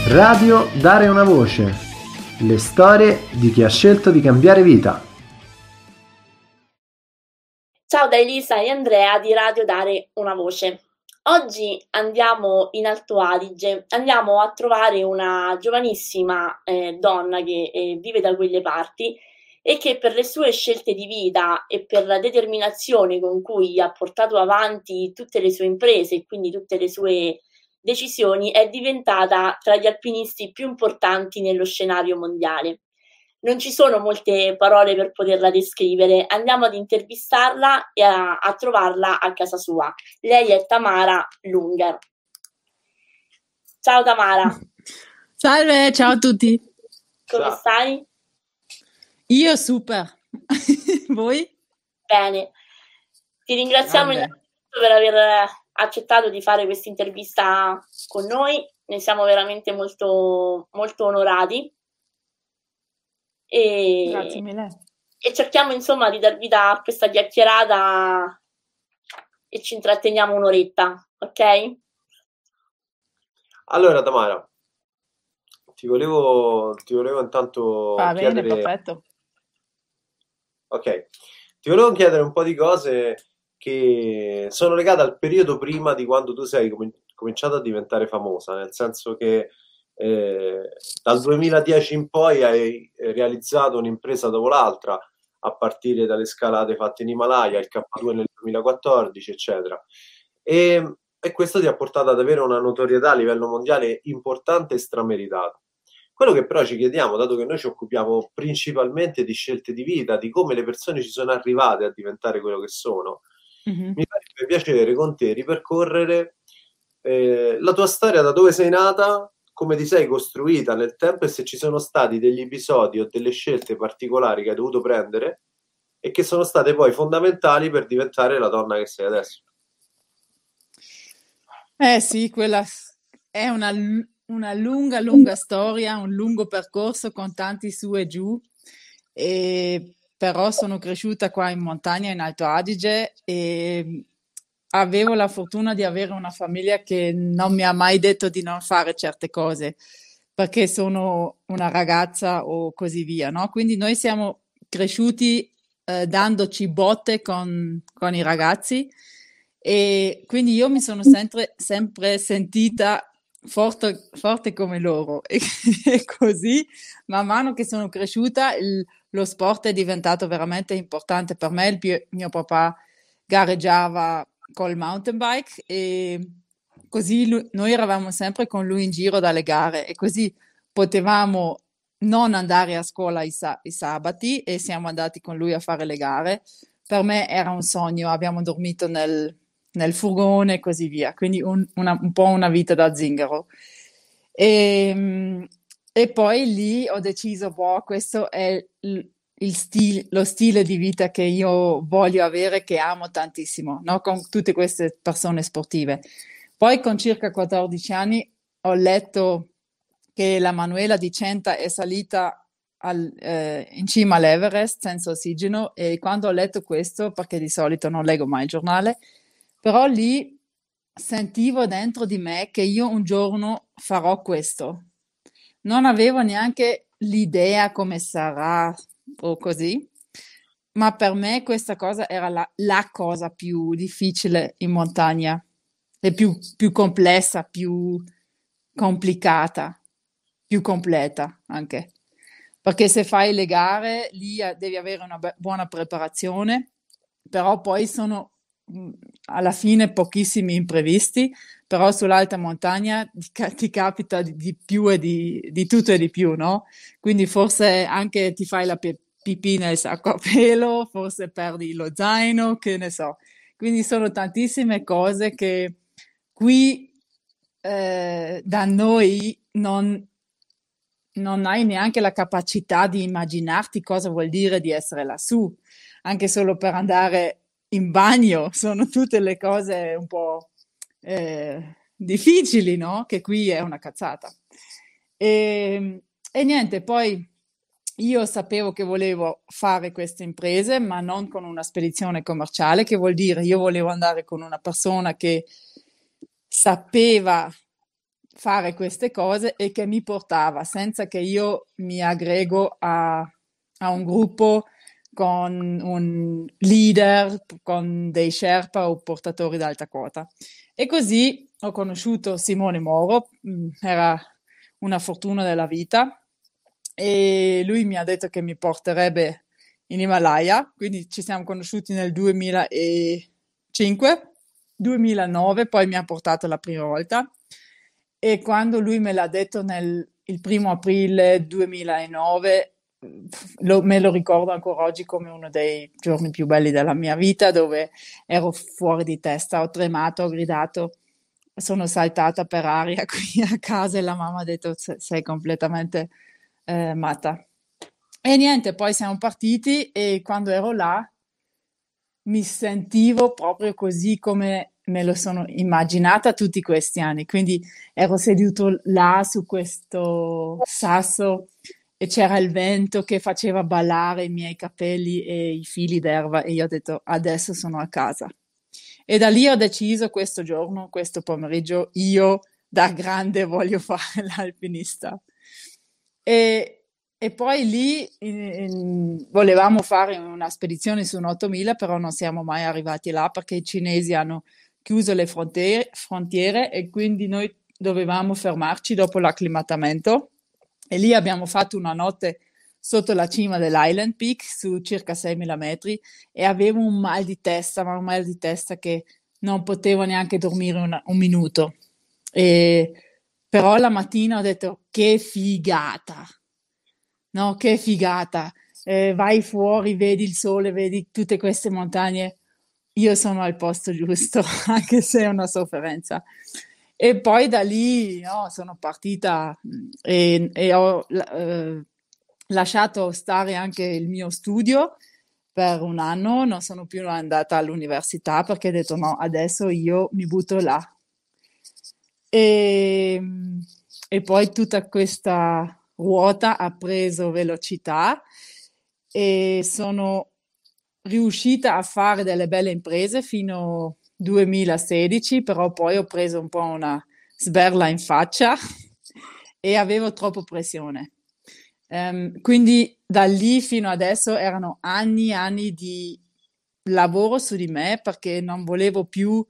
Radio Dare una voce. Le storie di chi ha scelto di cambiare vita. Ciao da Elisa e Andrea di Radio Dare una voce. Oggi andiamo in Alto Adige, andiamo a trovare una giovanissima donna che vive da quelle parti e che per le sue scelte di vita e per la determinazione con cui ha portato avanti tutte le sue imprese e quindi tutte le sue decisioni è diventata tra gli alpinisti più importanti nello scenario mondiale. Non ci sono molte parole per poterla descrivere, andiamo ad intervistarla e a trovarla a casa sua. Lei è Tamara Lunger. Ciao Tamara. Salve, ciao a tutti. Come stai? Io super. Voi? Bene. Ti ringraziamo innanzitutto per aver accettato di fare questa intervista con noi, ne siamo veramente molto, molto onorati. Grazie mille. E cerchiamo insomma di dar vita a questa chiacchierata e ci intratteniamo un'oretta, ok? Allora Tamara, ti volevo intanto bene, chiedere... perfetto. Ok, ti volevo chiedere un po' di cose che sono legate al periodo prima di quando tu sei cominciata a diventare famosa, nel senso che dal 2010 in poi hai realizzato un'impresa dopo l'altra, a partire dalle scalate fatte in Himalaya, il K2 nel 2014, eccetera. E questo ti ha portato ad avere una notorietà a livello mondiale importante e strameritata. Quello che però ci chiediamo, dato che noi ci occupiamo principalmente di scelte di vita, di come le persone ci sono arrivate a diventare quello che sono, mi farebbe piacere con te ripercorrere la tua storia, da dove sei nata, come ti sei costruita nel tempo e se ci sono stati degli episodi o delle scelte particolari che hai dovuto prendere e che sono state poi fondamentali per diventare la donna che sei adesso. Sì, quella è una lunga storia, un lungo percorso con tanti su e giù, però sono cresciuta qua in montagna, in Alto Adige, e avevo la fortuna di avere una famiglia che non mi ha mai detto di non fare certe cose, perché sono una ragazza o così via, no? Quindi noi siamo cresciuti dandoci botte con i ragazzi. E quindi io mi sono sempre sentita forte come loro e così man mano che sono cresciuta lo sport è diventato veramente importante per me. Mio papà gareggiava col mountain bike e così noi eravamo sempre con lui in giro dalle gare e così potevamo non andare a scuola i sabati e siamo andati con lui a fare le gare. Per me era un sogno, abbiamo dormito nel furgone e così via, quindi un po' una vita da zingaro. E poi lì ho deciso, questo è lo stile di vita che io voglio avere, che amo tantissimo, no? Con tutte queste persone sportive. Poi con circa 14 anni ho letto che la Manuela di Centa è salita in cima all'Everest senza ossigeno e quando ho letto questo, perché di solito non leggo mai il giornale, però lì sentivo dentro di me che io un giorno farò questo. Non avevo neanche l'idea come sarà o così, ma per me questa cosa era la cosa più difficile in montagna, e più complessa, più complicata, più completa anche. Perché se fai le gare lì devi avere una buona preparazione, però poi sono alla fine pochissimi imprevisti, però sull'alta montagna ti capita di più e di tutto e di più, no? Quindi forse anche ti fai la pipì nel sacco a pelo, forse perdi lo zaino, che ne so. Quindi sono tantissime cose che qui da noi non hai neanche la capacità di immaginarti cosa vuol dire di essere lassù, anche solo per andare in bagno, sono tutte le cose un po' difficili, no? Che qui è una cazzata. E niente, poi io sapevo che volevo fare queste imprese, ma non con una spedizione commerciale, che vuol dire io volevo andare con una persona che sapeva fare queste cose e che mi portava senza che io mi aggrego a un gruppo con un leader, con dei Sherpa o portatori d'alta quota. E così ho conosciuto Simone Moro, era una fortuna della vita, e lui mi ha detto che mi porterebbe in Himalaya, quindi ci siamo conosciuti nel 2005, 2009, poi mi ha portato la prima volta e quando lui me l'ha detto il 1° aprile 2009, me lo ricordo ancora oggi come uno dei giorni più belli della mia vita, dove ero fuori di testa, ho tremato, ho gridato, sono saltata per aria qui a casa e la mamma ha detto sei completamente matta. E niente, poi siamo partiti e quando ero là mi sentivo proprio così come me lo sono immaginata tutti questi anni. Quindi ero seduto là su questo sasso e c'era il vento che faceva ballare i miei capelli e i fili d'erba e io ho detto adesso sono a casa. E da lì ho deciso questo giorno, questo pomeriggio, io da grande voglio fare l'alpinista. E, e poi lì volevamo fare una spedizione su un 8000, però non siamo mai arrivati là perché i cinesi hanno chiuso le frontiere e quindi noi dovevamo fermarci dopo l'acclimatamento. E lì abbiamo fatto una notte sotto la cima dell'Island Peak su circa 6.000 metri e avevo un mal di testa, ma un mal di testa che non potevo neanche dormire un minuto. E, però la mattina ho detto che figata, no, che figata. Vai fuori, vedi il sole, vedi tutte queste montagne. Io sono al posto giusto, anche se è una sofferenza. E poi da lì no, sono partita e ho lasciato stare anche il mio studio per un anno, non sono più andata all'università perché ho detto no, adesso io mi butto là. E, e poi tutta questa ruota ha preso velocità e sono riuscita a fare delle belle imprese fino al 2016, però poi ho preso un po' una sberla in faccia e avevo troppo pressione. Quindi da lì fino adesso erano anni e anni di lavoro su di me perché non volevo più,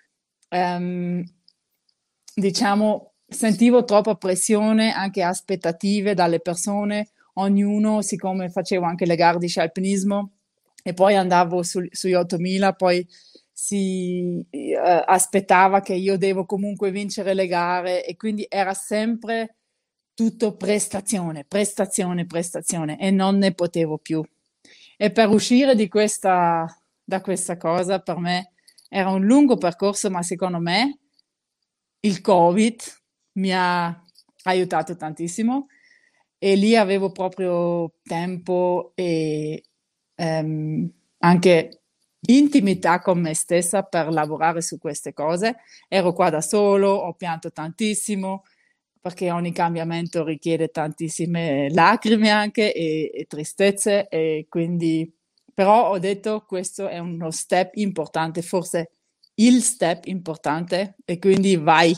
diciamo, sentivo troppa pressione, anche aspettative dalle persone, ognuno, siccome facevo anche le gare di sci alpinismo e poi andavo sugli 8000, poi si aspettava che io devo comunque vincere le gare e quindi era sempre tutto prestazione, prestazione, prestazione e non ne potevo più. E per uscire da questa cosa, per me era un lungo percorso, ma secondo me il Covid mi ha aiutato tantissimo e lì avevo proprio tempo e anche intimità con me stessa per lavorare su queste cose. Ero qua da solo, ho pianto tantissimo perché ogni cambiamento richiede tantissime lacrime anche e tristezze e quindi però ho detto questo è uno step importante, forse il step importante e quindi vai.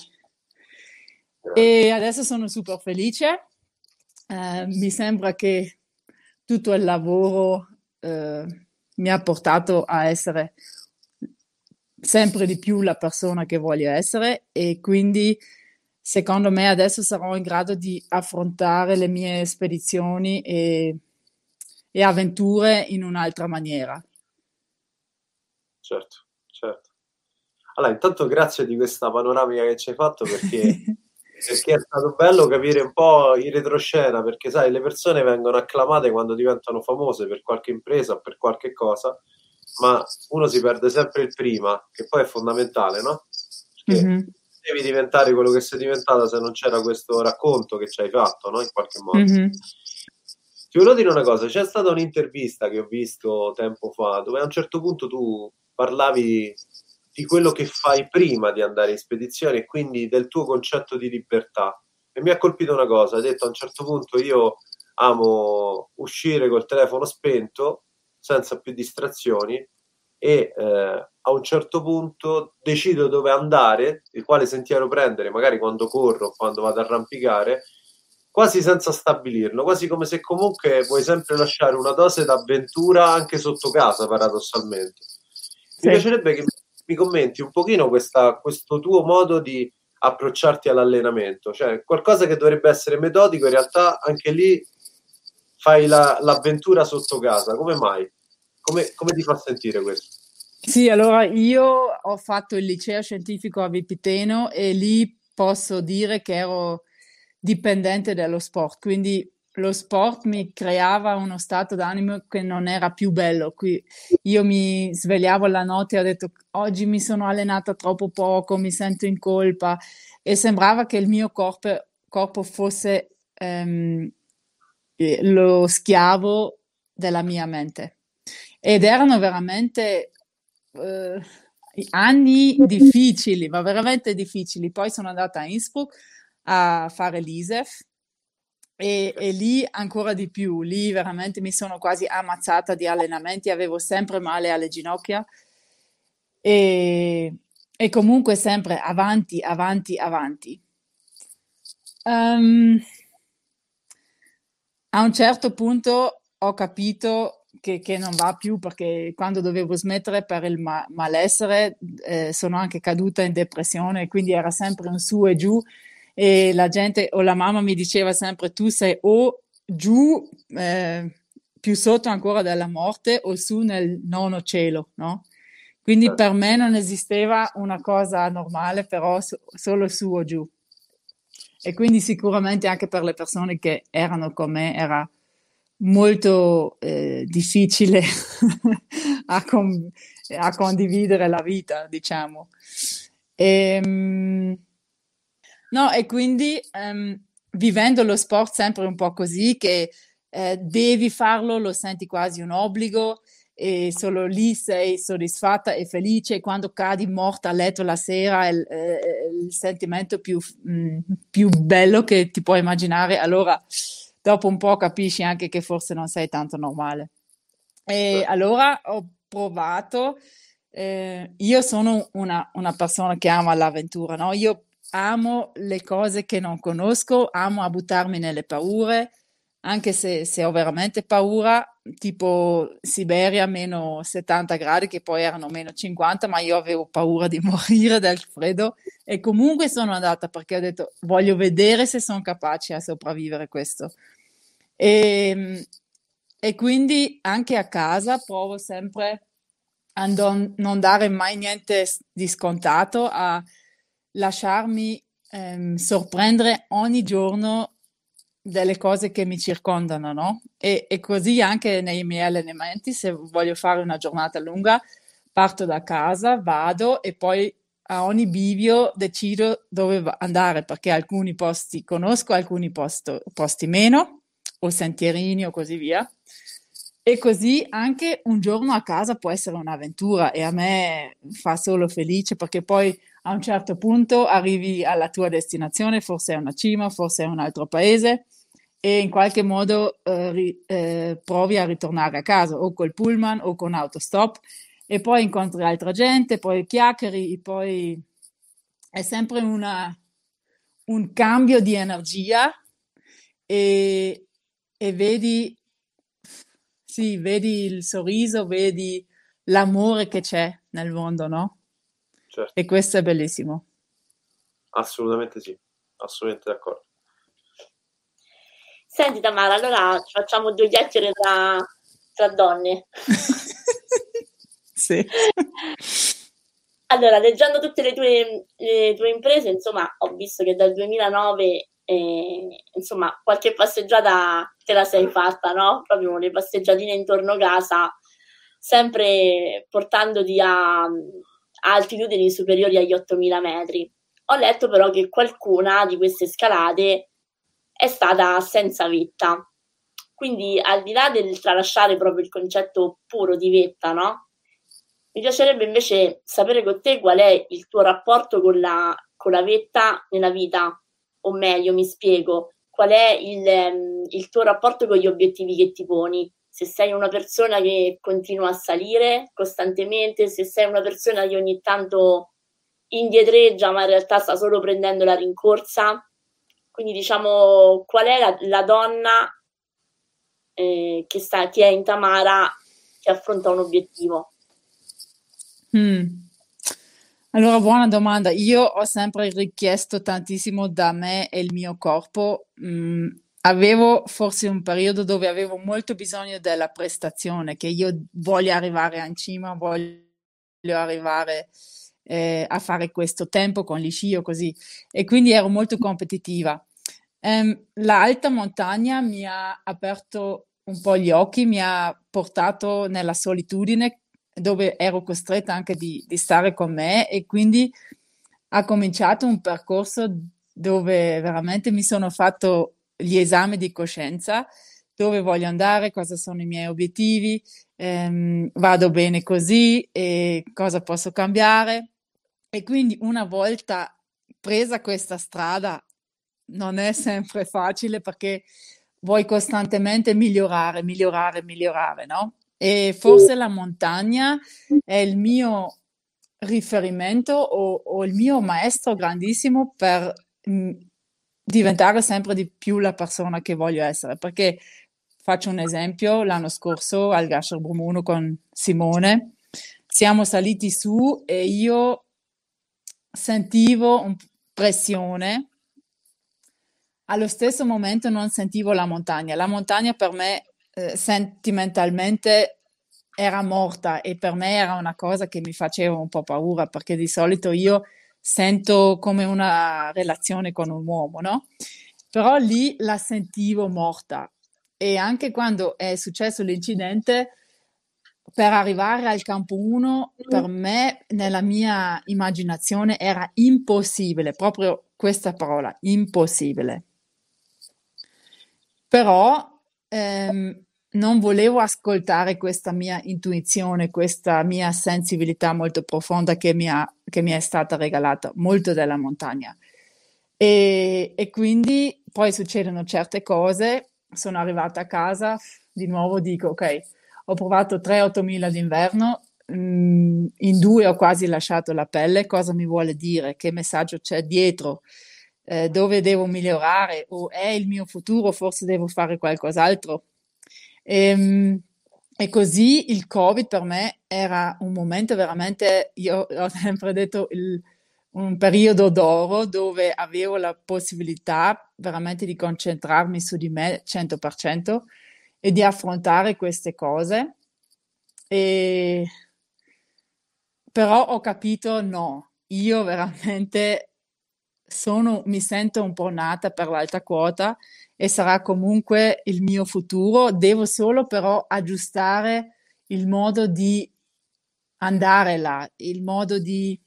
E adesso sono super felice, mi sembra che tutto il lavoro mi ha portato a essere sempre di più la persona che voglio essere e quindi secondo me adesso sarò in grado di affrontare le mie spedizioni e avventure in un'altra maniera. Certo, certo. Allora, intanto grazie di questa panoramica che ci hai fatto perché è stato bello capire un po' in retroscena, perché sai, le persone vengono acclamate quando diventano famose per qualche impresa o per qualche cosa, ma uno si perde sempre il prima, che poi è fondamentale, no? Perché devi diventare quello che sei diventata se non c'era questo racconto che ci hai fatto, no? In qualche modo. Ti volevo dire una cosa, c'è stata un'intervista che ho visto tempo fa, dove a un certo punto tu parlavi di quello che fai prima di andare in spedizione e quindi del tuo concetto di libertà. E mi ha colpito una cosa, hai detto a un certo punto io amo uscire col telefono spento, senza più distrazioni, e a un certo punto decido dove andare, il quale sentiero prendere, magari quando corro, quando vado a arrampicare, quasi senza stabilirlo, quasi come se comunque vuoi sempre lasciare una dose d'avventura anche sotto casa, paradossalmente. Mi piacerebbe che mi commenti un pochino questo tuo modo di approcciarti all'allenamento, cioè qualcosa che dovrebbe essere metodico, in realtà anche lì fai l'avventura sotto casa. Come mai? Come ti fa sentire questo? Sì, allora io ho fatto il liceo scientifico a Vipiteno e lì posso dire che ero dipendente dallo sport, quindi lo sport mi creava uno stato d'animo che non era più bello. Io mi svegliavo la notte e ho detto oggi mi sono allenata troppo poco, mi sento in colpa e sembrava che il mio corpo fosse lo schiavo della mia mente. Ed erano veramente anni difficili, ma veramente difficili. Poi sono andata a Innsbruck a fare l'ISEF e lì ancora di più, lì veramente mi sono quasi ammazzata di allenamenti, avevo sempre male alle ginocchia e comunque sempre avanti, avanti, avanti. A un certo punto ho capito che non va più perché quando dovevo smettere per il malessere sono anche caduta in depressione, quindi era sempre un su e giù e la gente o la mamma mi diceva sempre tu sei o giù più sotto ancora della morte o su nel nono cielo, no? Quindi per me non esisteva una cosa normale, però solo su o giù. E quindi sicuramente anche per le persone che erano con me era molto difficile a condividere la vita, diciamo. No, e quindi vivendo lo sport sempre un po' così, che devi farlo, lo senti quasi un obbligo e solo lì sei soddisfatta e felice. Quando cadi morta a letto la sera è il sentimento più bello che ti puoi immaginare. Allora, dopo un po' capisci anche che forse non sei tanto normale. E allora ho provato. Io sono una persona che ama l'avventura, no? Io amo le cose che non conosco, amo a buttarmi nelle paure, anche se ho veramente paura, tipo Siberia meno 70 gradi, che poi erano meno 50, ma io avevo paura di morire dal freddo e comunque sono andata perché ho detto voglio vedere se sono capace a sopravvivere questo. E quindi anche a casa provo sempre a non dare mai niente di scontato, a lasciarmi sorprendere ogni giorno delle cose che mi circondano, no? E così anche nei miei allenamenti, se voglio fare una giornata lunga, parto da casa, vado e poi a ogni bivio decido dove andare, perché alcuni posti conosco, alcuni posti meno, o sentierini o così via. E così anche un giorno a casa può essere un'avventura e a me fa solo felice perché poi a un certo punto arrivi alla tua destinazione, forse è una cima, forse è un altro paese e in qualche modo provi a ritornare a casa o col pullman o con autostop e poi incontri altra gente, poi chiacchieri, poi è sempre un cambio di energia e vedi. Sì, vedi il sorriso, vedi l'amore che c'è nel mondo, no? Certo. E questo è bellissimo. Assolutamente sì, assolutamente d'accordo. Senti Tamara, allora ci facciamo due chiacchiere tra donne. Sì. Allora, leggendo tutte le tue imprese, insomma, ho visto che dal 2009 insomma, qualche passeggiata te la sei fatta, no? Proprio le passeggiatine intorno a casa, sempre portandoti a altitudini superiori agli 8.000 metri. Ho letto però che qualcuna di queste scalate è stata senza vetta. Quindi, al di là del tralasciare proprio il concetto puro di vetta, no? Mi piacerebbe invece sapere con te qual è il tuo rapporto con la vetta nella vita, o meglio, mi spiego, qual è il tuo rapporto con gli obiettivi che ti poni, se sei una persona che continua a salire costantemente, se sei una persona che ogni tanto indietreggia ma in realtà sta solo prendendo la rincorsa. Quindi diciamo, qual è la donna che è in Tamara, che affronta un obiettivo? Allora, buona domanda. Io ho sempre richiesto tantissimo da me e il mio corpo. Avevo forse un periodo dove avevo molto bisogno della prestazione, che io voglio arrivare in cima, voglio arrivare a fare questo tempo con gli sci o così. E quindi ero molto competitiva. La alta montagna mi ha aperto un po' gli occhi, mi ha portato nella solitudine dove ero costretta anche di stare con me, e quindi ha cominciato un percorso dove veramente mi sono fatto gli esami di coscienza, dove voglio andare, cosa sono i miei obiettivi, vado bene così e cosa posso cambiare. E quindi una volta presa questa strada, non è sempre facile perché vuoi costantemente migliorare, migliorare, migliorare, no? E forse la montagna è il mio riferimento o il mio maestro grandissimo per diventare sempre di più la persona che voglio essere. Perché faccio un esempio, l'anno scorso al Gasher Brumuno con Simone siamo saliti su e io sentivo pressione. Allo stesso momento non sentivo la montagna. La montagna per me sentimentalmente era morta, e per me era una cosa che mi faceva un po' paura, perché di solito io sento come una relazione con un uomo, no? Però lì la sentivo morta, e anche quando è successo l'incidente, per arrivare al campo 1, per me, nella mia immaginazione, era impossibile, proprio questa parola, impossibile. Però non volevo ascoltare questa mia intuizione, questa mia sensibilità molto profonda che mi è stata regalata molto dalla montagna. E quindi poi succedono certe cose, sono arrivata a casa, di nuovo dico, ok, ho provato 3-8 mila d'inverno, in 2 ho quasi lasciato la pelle, cosa mi vuole dire, che messaggio c'è dietro, dove devo migliorare, o è il mio futuro, forse devo fare qualcos'altro. E così il Covid per me era un momento veramente, io ho sempre detto, un periodo d'oro dove avevo la possibilità veramente di concentrarmi su di me 100% e di affrontare queste cose. Però ho capito, no, io veramente mi sento un po' nata per l'alta quota e sarà comunque il mio futuro. Devo solo però aggiustare il modo di andare là, il modo di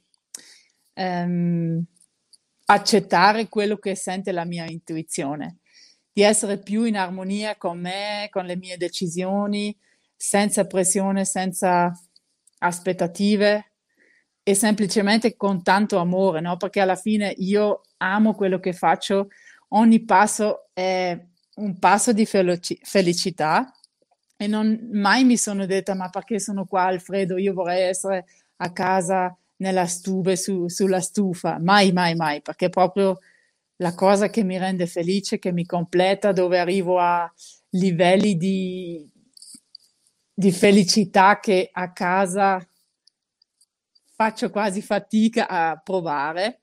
accettare quello che sente la mia intuizione, di essere più in armonia con me, con le mie decisioni, senza pressione, senza aspettative e semplicemente con tanto amore, no? Perché alla fine io amo quello che faccio, ogni passo è un passo di felicità, e non mai mi sono detta ma perché sono qua Alfredo, io vorrei essere a casa nella sulla stufa, mai, mai, mai, perché è proprio la cosa che mi rende felice, che mi completa, dove arrivo a livelli di felicità che a casa faccio quasi fatica a provare.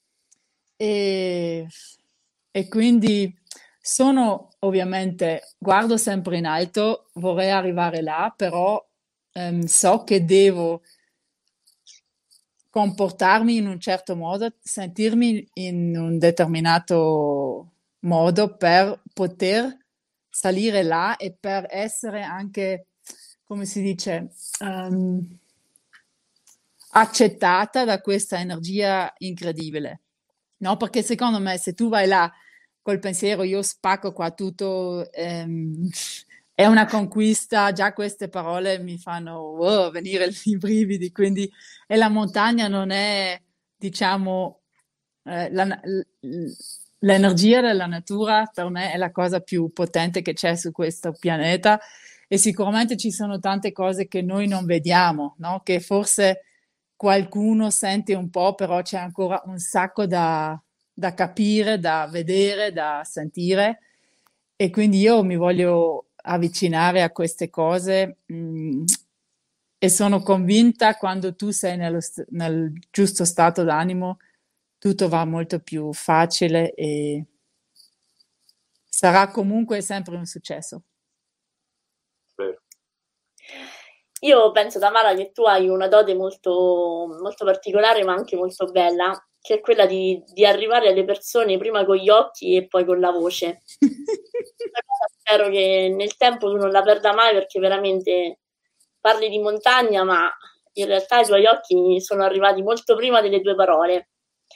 E quindi ovviamente, guardo sempre in alto, vorrei arrivare là, però so che devo comportarmi in un certo modo, sentirmi in un determinato modo per poter salire là e per essere anche, come si dice, accettata da questa energia incredibile. No, perché secondo me se tu vai là col pensiero io spacco qua tutto, è una conquista, già queste parole mi fanno venire i brividi, quindi e la montagna non è, diciamo, l'energia della natura per me è la cosa più potente che c'è su questo pianeta, e sicuramente ci sono tante cose che noi non vediamo, no? Che forse qualcuno sente un po', però c'è ancora un sacco da capire, da vedere, da sentire. E quindi io mi voglio avvicinare a queste cose, e sono convinta quando tu sei nel giusto stato d'animo, tutto va molto più facile e sarà comunque sempre un successo. Vero. Io penso, Tamara, che tu hai una dote molto, molto particolare, ma anche molto bella, che è quella di arrivare alle persone prima con gli occhi e poi con la voce. Questa cosa spero che nel tempo tu non la perda mai, perché veramente parli di montagna, ma in realtà i tuoi occhi sono arrivati molto prima delle tue parole.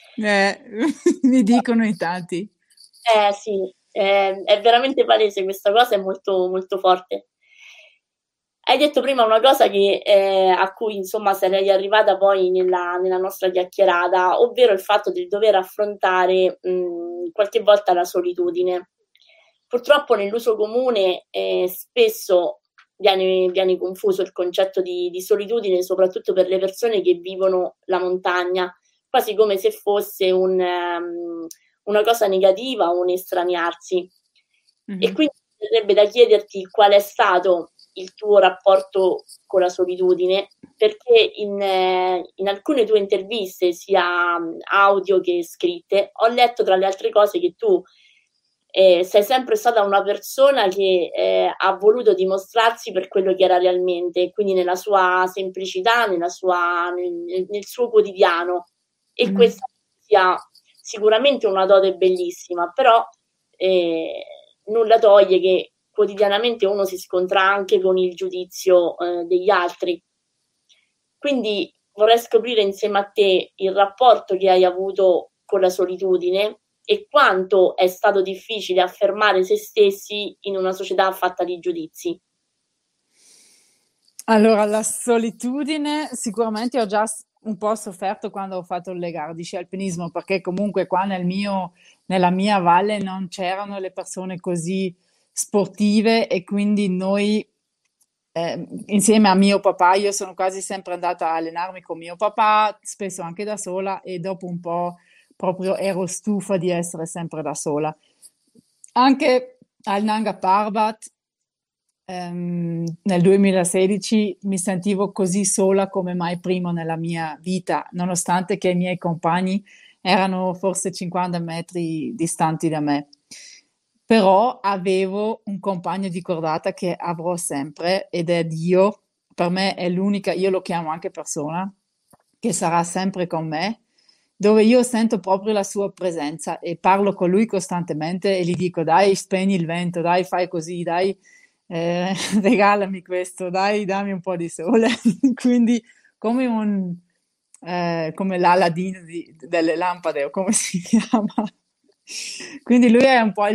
Mi dicono in tanti. Sì, è veramente palese questa cosa, è molto, molto forte. Hai detto prima una cosa a cui insomma sarei arrivata poi nella nostra chiacchierata, ovvero il fatto di dover affrontare qualche volta la solitudine. Purtroppo nell'uso comune spesso viene confuso il concetto di solitudine, soprattutto per le persone che vivono la montagna, quasi come se fosse una cosa negativa o un estraniarsi. E quindi sarebbe da chiederti qual è stato il tuo rapporto con la solitudine, perché in alcune tue interviste, sia audio che scritte, ho letto tra le altre cose che tu sei sempre stata una persona che ha voluto dimostrarsi per quello che era realmente, quindi nella sua semplicità, nel suo quotidiano. E questa sia sicuramente una dote bellissima, però nulla toglie che quotidianamente uno si scontra anche con il giudizio degli altri. Quindi vorrei scoprire insieme a te il rapporto che hai avuto con la solitudine e quanto è stato difficile affermare se stessi in una società fatta di giudizi. Allora, la solitudine sicuramente ho già un po' sofferto quando ho fatto le gare di sci alpinismo, perché comunque qua nella mia valle non c'erano le persone così sportive e quindi noi, insieme a mio papà, io sono quasi sempre andata a allenarmi con mio papà, spesso anche da sola, e dopo un po' proprio ero stufa di essere sempre da sola. Anche al Nanga Parbat, nel 2016 mi sentivo così sola come mai prima nella mia vita, nonostante che i miei compagni erano forse 50 metri distanti da me. Però avevo un compagno di cordata che avrò sempre ed è Dio. Per me è l'unica, io lo chiamo anche persona, che sarà sempre con me, dove io sento proprio la sua presenza e parlo con lui costantemente e gli dico: dai, spegni il vento, dai, fai così, dai, regalami questo, dai, dammi un po' di sole. Quindi come come l'Aladino delle lampade, o come si chiama. Quindi lui è un po'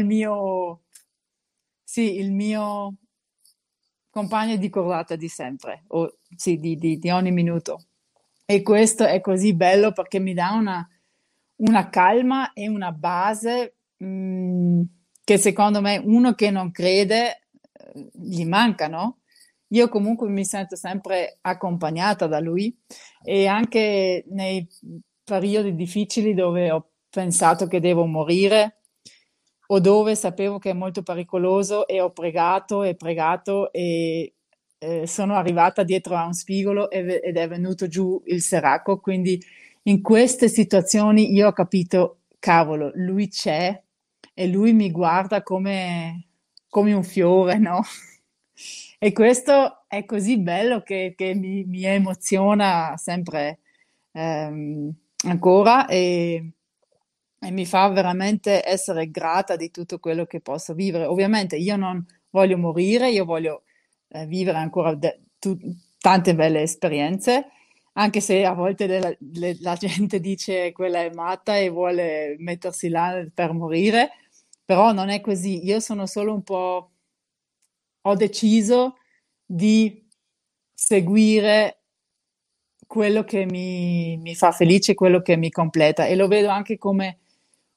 sì, il mio compagno di cordata di sempre, o sì, di ogni minuto. E questo è così bello perché mi dà una calma e una base, che secondo me uno che non crede, gli manca, no? Io comunque mi sento sempre accompagnata da lui e anche nei periodi difficili dove ho pensato che devo morire o dove sapevo che è molto pericoloso e ho pregato e pregato e sono arrivata dietro a un spigolo ed è venuto giù il seraco. Quindi in queste situazioni io ho capito, cavolo, lui c'è e lui mi guarda come un fiore, no? E questo è così bello che mi emoziona sempre, ancora e mi fa veramente essere grata di tutto quello che posso vivere. Ovviamente io non voglio morire, io voglio vivere ancora tante belle esperienze, anche se a volte la gente dice quella è matta e vuole mettersi là per morire, però non è così. Io sono solo un po', ho deciso di seguire quello che mi fa felice, quello che mi completa e lo vedo anche come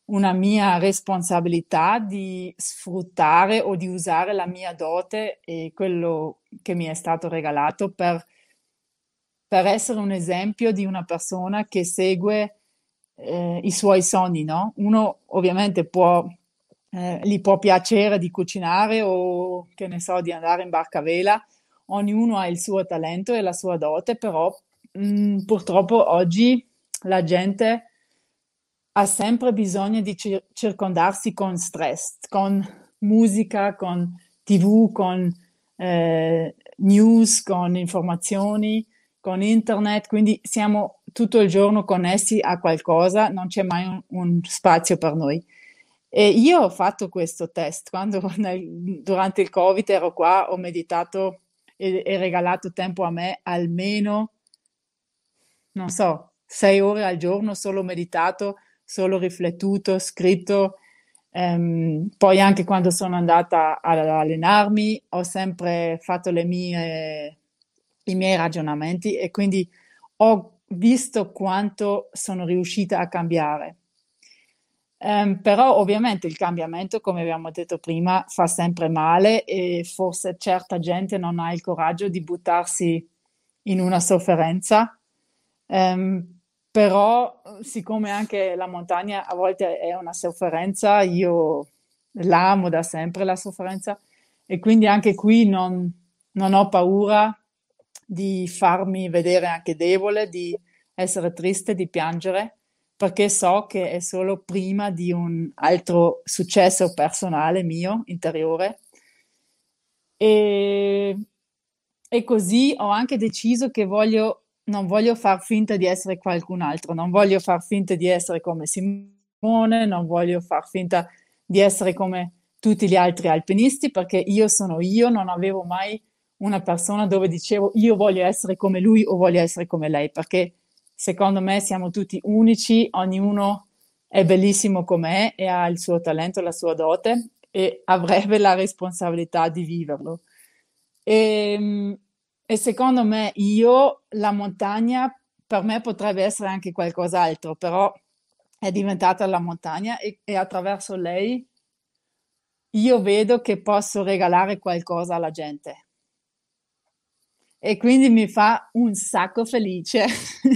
una mia responsabilità di sfruttare o di usare la mia dote e quello che mi è stato regalato per essere un esempio di una persona che segue i suoi sogni, no? Uno ovviamente gli può piacere di cucinare o che ne so, di andare in barca a vela, ognuno ha il suo talento e la sua dote, però purtroppo oggi la gente ha sempre bisogno di circondarsi con stress, con musica, con TV, con news, con informazioni, con internet, quindi siamo tutto il giorno connessi a qualcosa, non c'è mai un spazio per noi. E io ho fatto questo test quando durante il Covid ero qua, ho meditato e regalato tempo a me almeno, non so, 6 ore al giorno, solo meditato, solo riflettuto, scritto. Poi anche quando sono andata ad allenarmi ho sempre fatto i miei ragionamenti e quindi ho visto quanto sono riuscita a cambiare. Però ovviamente il cambiamento, come abbiamo detto prima, fa sempre male e forse certa gente non ha il coraggio di buttarsi in una sofferenza. Però siccome anche la montagna a volte è una sofferenza, io l'amo da sempre la sofferenza e quindi anche qui non ho paura di farmi vedere anche debole, di essere triste, di piangere, perché so che è solo prima di un altro successo personale mio, interiore. E, e così ho anche deciso che non voglio far finta di essere qualcun altro, non voglio far finta di essere come Simone, non voglio far finta di essere come tutti gli altri alpinisti, perché io sono io, non avevo mai una persona dove dicevo io voglio essere come lui o voglio essere come lei, perché secondo me siamo tutti unici, ognuno è bellissimo com'è e ha il suo talento, la sua dote e avrebbe la responsabilità di viverlo. E, e secondo me la montagna per me potrebbe essere anche qualcos'altro, però è diventata la montagna e attraverso lei io vedo che posso regalare qualcosa alla gente. E quindi mi fa un sacco felice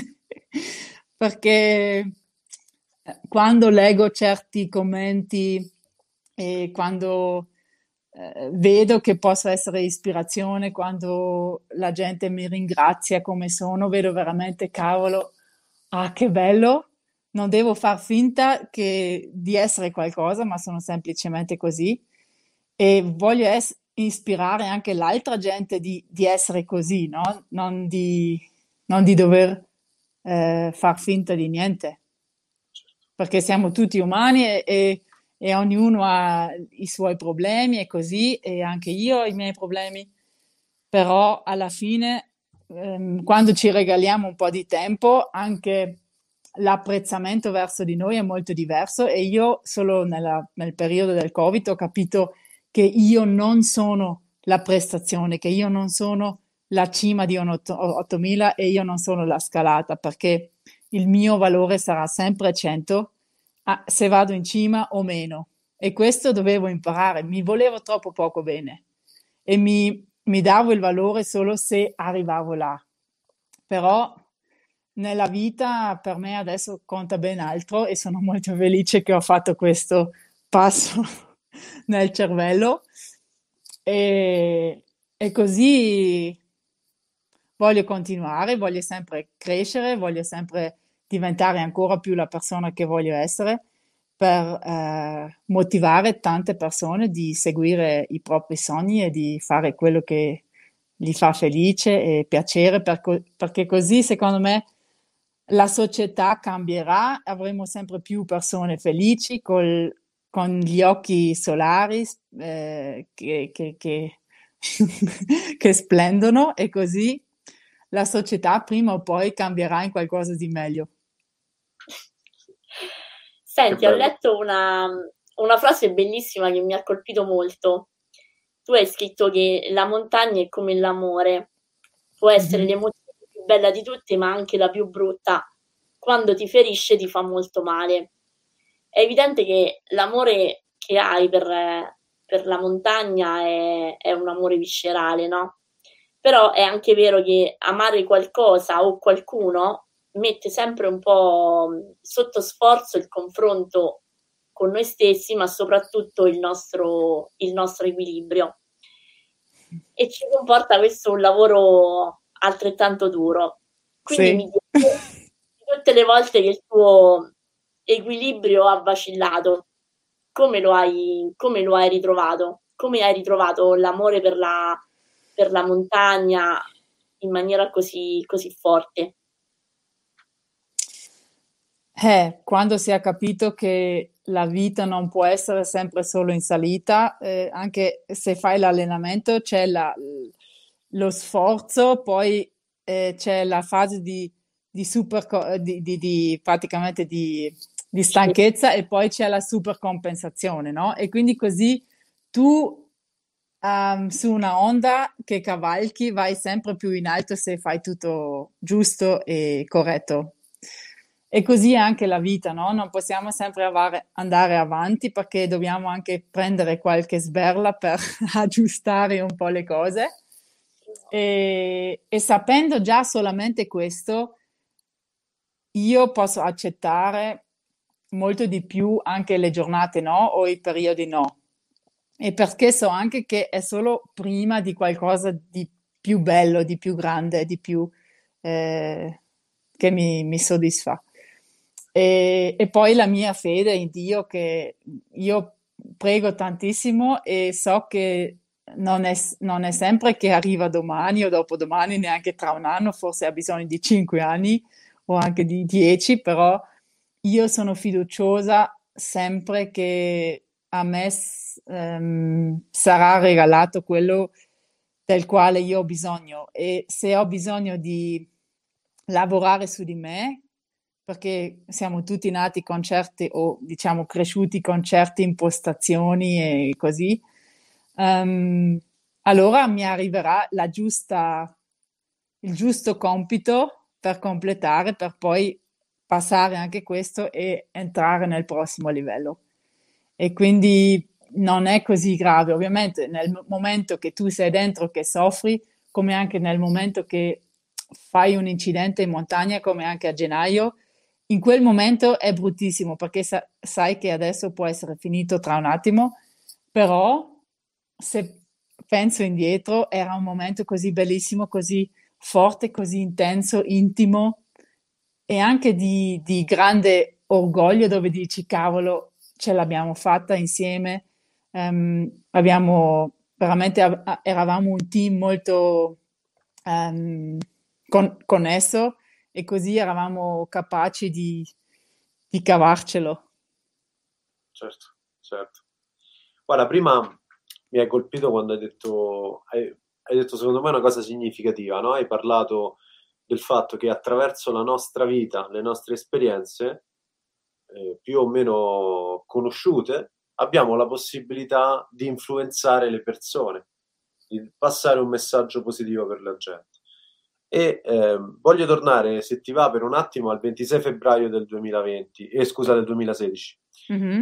perché quando leggo certi commenti e quando vedo che posso essere ispirazione, quando la gente mi ringrazia come sono, vedo veramente, cavolo, ah, che bello! Non devo far finta di essere qualcosa, ma sono semplicemente così. E voglio ispirare anche l'altra gente di essere così, no? Non di dover far finta di niente, perché siamo tutti umani e ognuno ha i suoi problemi e così, e anche io ho i miei problemi, però alla fine, quando ci regaliamo un po' di tempo, anche l'apprezzamento verso di noi è molto diverso e io solo nel periodo del Covid ho capito che io non sono la prestazione, che io non sono la cima di un 8000 e io non sono la scalata, perché il mio valore sarà sempre 100 se vado in cima o meno. E questo dovevo imparare, mi volevo troppo poco bene e mi davo il valore solo se arrivavo là. Però nella vita per me adesso conta ben altro e sono molto felice che ho fatto questo passo nel cervello e così voglio continuare, voglio sempre crescere, voglio sempre diventare ancora più la persona che voglio essere per motivare tante persone di seguire i propri sogni e di fare quello che gli fa felice e piacere, perché così secondo me la società cambierà, avremo sempre più persone felici con gli occhi solari che che splendono e così la società prima o poi cambierà in qualcosa di meglio. Senti, ho letto una frase bellissima che mi ha colpito molto. Tu hai scritto che la montagna è come l'amore, può essere l'emozione più bella di tutte, ma anche la più brutta. Quando ti ferisce ti fa molto male. è evidente che l'amore che hai per la montagna è un amore viscerale, no? Però è anche vero che amare qualcosa o qualcuno mette sempre un po' sotto sforzo il confronto con noi stessi, ma soprattutto il nostro equilibrio. E ci comporta questo un lavoro altrettanto duro. Quindi mi chiedo, tutte le volte che il tuo equilibrio ha vacillato, come lo hai ritrovato? Come hai ritrovato l'amore per la montagna in maniera così forte? Quando si è capito che la vita non può essere sempre solo in salita, anche se fai l'allenamento c'è lo sforzo, poi c'è la fase praticamente di stanchezza e poi c'è la supercompensazione, no? E quindi così tu su una onda che cavalchi vai sempre più in alto se fai tutto giusto e corretto. E così è anche la vita, no? Non possiamo sempre andare avanti perché dobbiamo anche prendere qualche sberla per aggiustare un po' le cose. E sapendo già solamente questo, io posso accettare molto di più anche le giornate no o i periodi no. E perché so anche che è solo prima di qualcosa di più bello, di più grande, di più che mi soddisfa. E poi la mia fede in Dio, che io prego tantissimo e so che non è sempre che arriva domani o dopodomani, neanche tra un anno, forse ha bisogno di 5 anni o anche di 10, però io sono fiduciosa sempre che a me sarà regalato quello del quale io ho bisogno, e se ho bisogno di lavorare su di me, perché siamo tutti nati con certe, o diciamo cresciuti con certe impostazioni e così, allora mi arriverà il giusto compito per completare, per poi passare anche questo e entrare nel prossimo livello. E quindi non è così grave. Ovviamente nel momento che tu sei dentro che soffri, come anche nel momento che fai un incidente in montagna, come anche a gennaio, in quel momento è bruttissimo perché sai che adesso può essere finito tra un attimo, però se penso indietro era un momento così bellissimo, così forte, così intenso, intimo e anche di grande orgoglio, dove dici cavolo, ce l'abbiamo fatta insieme. Abbiamo veramente eravamo un team molto connesso e così eravamo capaci di cavarcelo. Certo, certo. Guarda, prima mi hai colpito quando hai detto secondo me una cosa significativa, no? Hai parlato del fatto che attraverso la nostra vita, le nostre esperienze, più o meno conosciute, abbiamo la possibilità di influenzare le persone, di passare un messaggio positivo per la gente. E voglio tornare, se ti va, per un attimo al 26 febbraio del 2020, del 2016, Mm-hmm.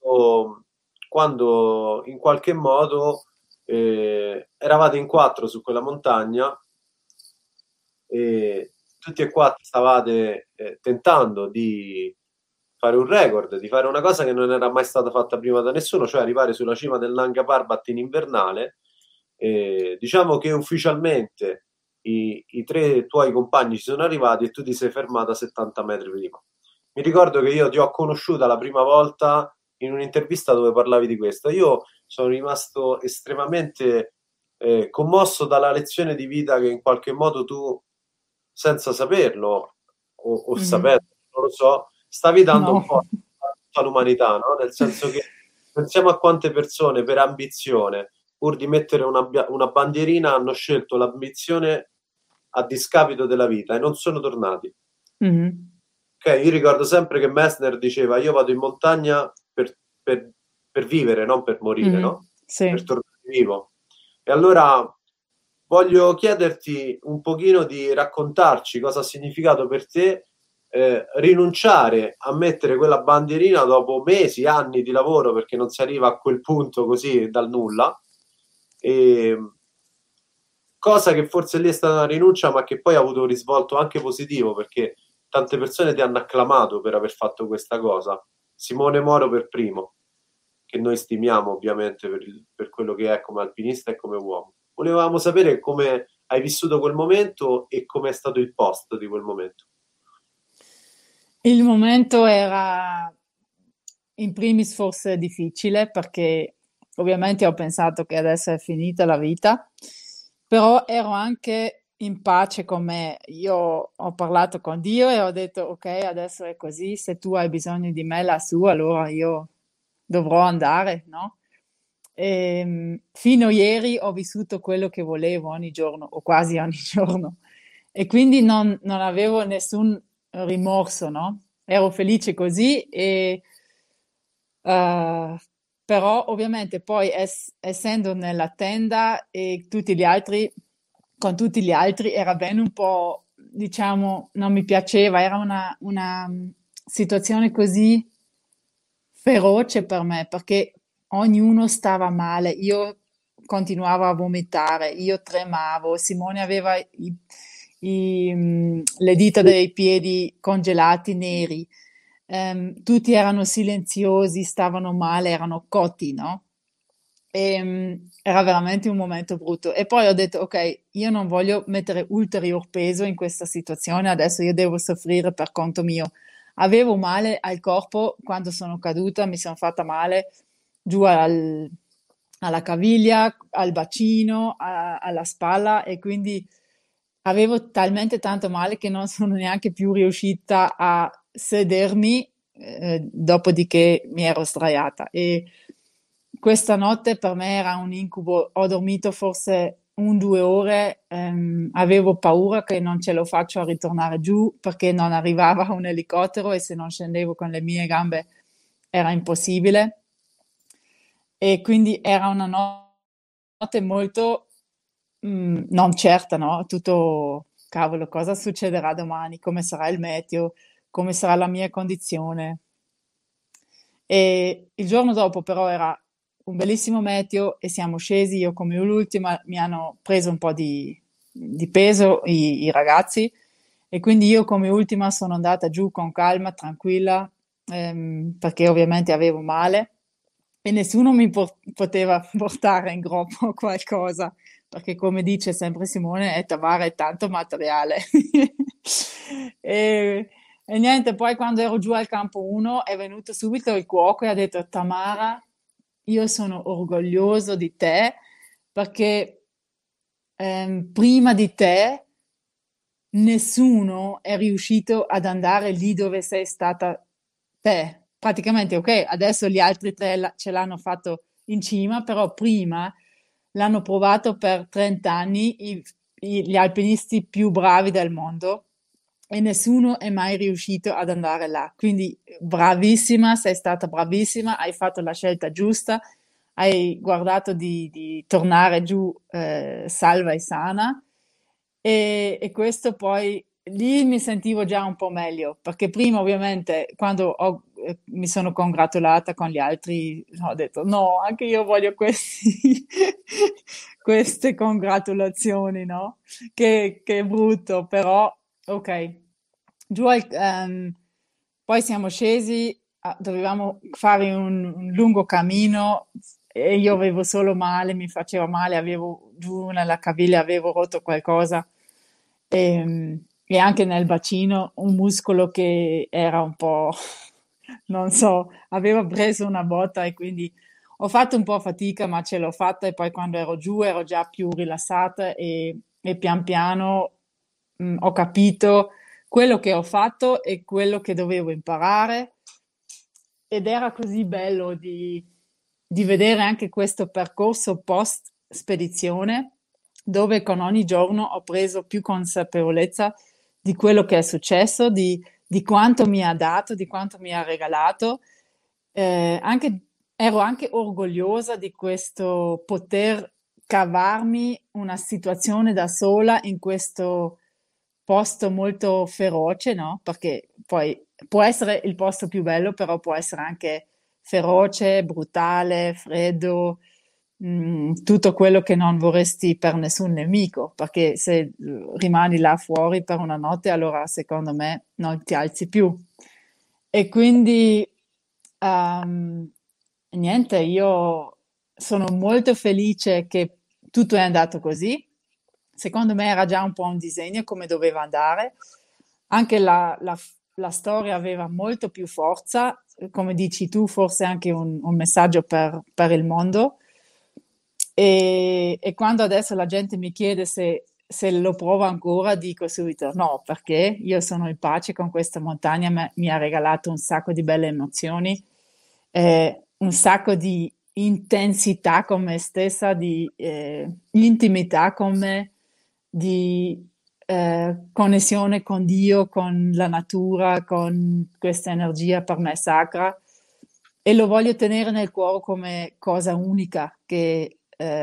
quando in qualche modo eravate in 4 su quella montagna e tutti e 4 stavate tentando di fare un record, di fare una cosa che non era mai stata fatta prima da nessuno, cioè arrivare sulla cima del Nanga Parbat in invernale. Diciamo che ufficialmente i 3 tuoi compagni ci sono arrivati e tu ti sei fermata a 70 metri prima. Mi ricordo che io ti ho conosciuta la prima volta in un'intervista dove parlavi di questo. Io sono rimasto estremamente commosso dalla lezione di vita che in qualche modo tu, senza saperlo o sapendo, non lo so, stavi dando un po' a tutta l'umanità, no? Nel senso che pensiamo a quante persone per ambizione, pur di mettere una bandierina, hanno scelto l'ambizione a discapito della vita e non sono tornati. Mm-hmm. Okay, io ricordo sempre che Messner diceva: io vado in montagna per vivere, non per morire, no? Sì. Per tornare vivo. E allora voglio chiederti un pochino di raccontarci cosa ha significato per te rinunciare a mettere quella bandierina dopo mesi, anni di lavoro, perché non si arriva a quel punto così dal nulla, e cosa che forse lì è stata una rinuncia, ma che poi ha avuto un risvolto anche positivo, perché tante persone ti hanno acclamato per aver fatto questa cosa. Simone Moro per primo, che noi stimiamo ovviamente per quello che è come alpinista e come uomo. Volevamo sapere come hai vissuto quel momento e come è stato il post di quel momento. Il momento era in primis forse difficile perché ovviamente ho pensato che adesso è finita la vita, però ero anche in pace con me. Io ho parlato con Dio e ho detto ok, adesso è così, se tu hai bisogno di me lassù, allora io dovrò andare, no? Fino a ieri ho vissuto quello che volevo ogni giorno, o quasi ogni giorno, e quindi non avevo nessun rimorso, no? Ero felice così, eh, però ovviamente poi essendo nella tenda e tutti gli altri, con tutti gli altri, era bene un po', diciamo, non mi piaceva, era una situazione così feroce per me perché ognuno stava male, io continuavo a vomitare, io tremavo, Simone aveva le dita dei piedi congelati neri, tutti erano silenziosi, stavano male, erano cotti, no? Era veramente un momento brutto. E poi ho detto, ok, io non voglio mettere ulterior peso in questa situazione, adesso io devo soffrire per conto mio. Avevo male al corpo quando sono caduta, mi sono fatta male giù alla caviglia, al bacino, alla spalla e quindi avevo talmente tanto male che non sono neanche più riuscita a sedermi, dopodiché mi ero sdraiata. E questa notte per me era un incubo. Ho dormito forse 1 o 2 ore, avevo paura che non ce lo faccio a ritornare giù perché non arrivava un elicottero e se non scendevo con le mie gambe era impossibile. E quindi era una notte molto non certa, no? Tutto, cavolo, cosa succederà domani? Come sarà il meteo? Come sarà la mia condizione? E il giorno dopo però era un bellissimo meteo e siamo scesi, io come l'ultima, mi hanno preso un po' di peso i ragazzi e quindi io come ultima sono andata giù con calma, tranquilla, perché ovviamente avevo male e nessuno mi poteva portare in groppo qualcosa, perché come dice sempre Simone, è Tavare tanto materiale. E, e niente, poi quando ero giù al campo 1 è venuto subito il cuoco e ha detto Tamara, io sono orgoglioso di te perché prima di te nessuno è riuscito ad andare lì dove sei stata te. Praticamente, ok, adesso gli altri tre ce l'hanno fatto in cima, però prima l'hanno provato per 30 anni gli alpinisti più bravi del mondo e nessuno è mai riuscito ad andare là. Quindi bravissima, sei stata bravissima, hai fatto la scelta giusta, hai guardato di tornare giù salva e sana e questo poi lì mi sentivo già un po' meglio, perché prima ovviamente quando mi sono congratulata con gli altri ho detto no, anche io voglio queste congratulazioni, no? Che brutto, però ok. Giù poi siamo scesi, dovevamo fare un lungo cammino e io avevo solo male, mi faceva male, avevo giù nella caviglia, avevo rotto qualcosa e anche nel bacino un muscolo che era un po', non so, aveva preso una botta e quindi ho fatto un po' fatica, ma ce l'ho fatta e poi quando ero giù ero già più rilassata e pian piano ho capito quello che ho fatto e quello che dovevo imparare ed era così bello di vedere anche questo percorso post spedizione dove con ogni giorno ho preso più consapevolezza di quello che è successo, di quanto mi ha dato, di quanto mi ha regalato. Ero anche orgogliosa di questo poter cavarmi una situazione da sola in questo posto molto feroce, no? Perché poi può essere il posto più bello, però può essere anche feroce, brutale, freddo, tutto quello che non vorresti per nessun nemico, perché se rimani là fuori per una notte, allora secondo me non ti alzi più. E quindi niente, io sono molto felice che tutto è andato così. Secondo me era già un po' un disegno come doveva andare. Anche la storia aveva molto più forza, come dici tu, forse anche un messaggio per il mondo. E quando adesso la gente mi chiede se lo provo ancora, dico subito no, perché io sono in pace con questa montagna, mi ha regalato un sacco di belle emozioni, un sacco di intensità con me stessa, di intimità con me, di connessione con Dio, con la natura, con questa energia per me sacra. E lo voglio tenere nel cuore come cosa unica che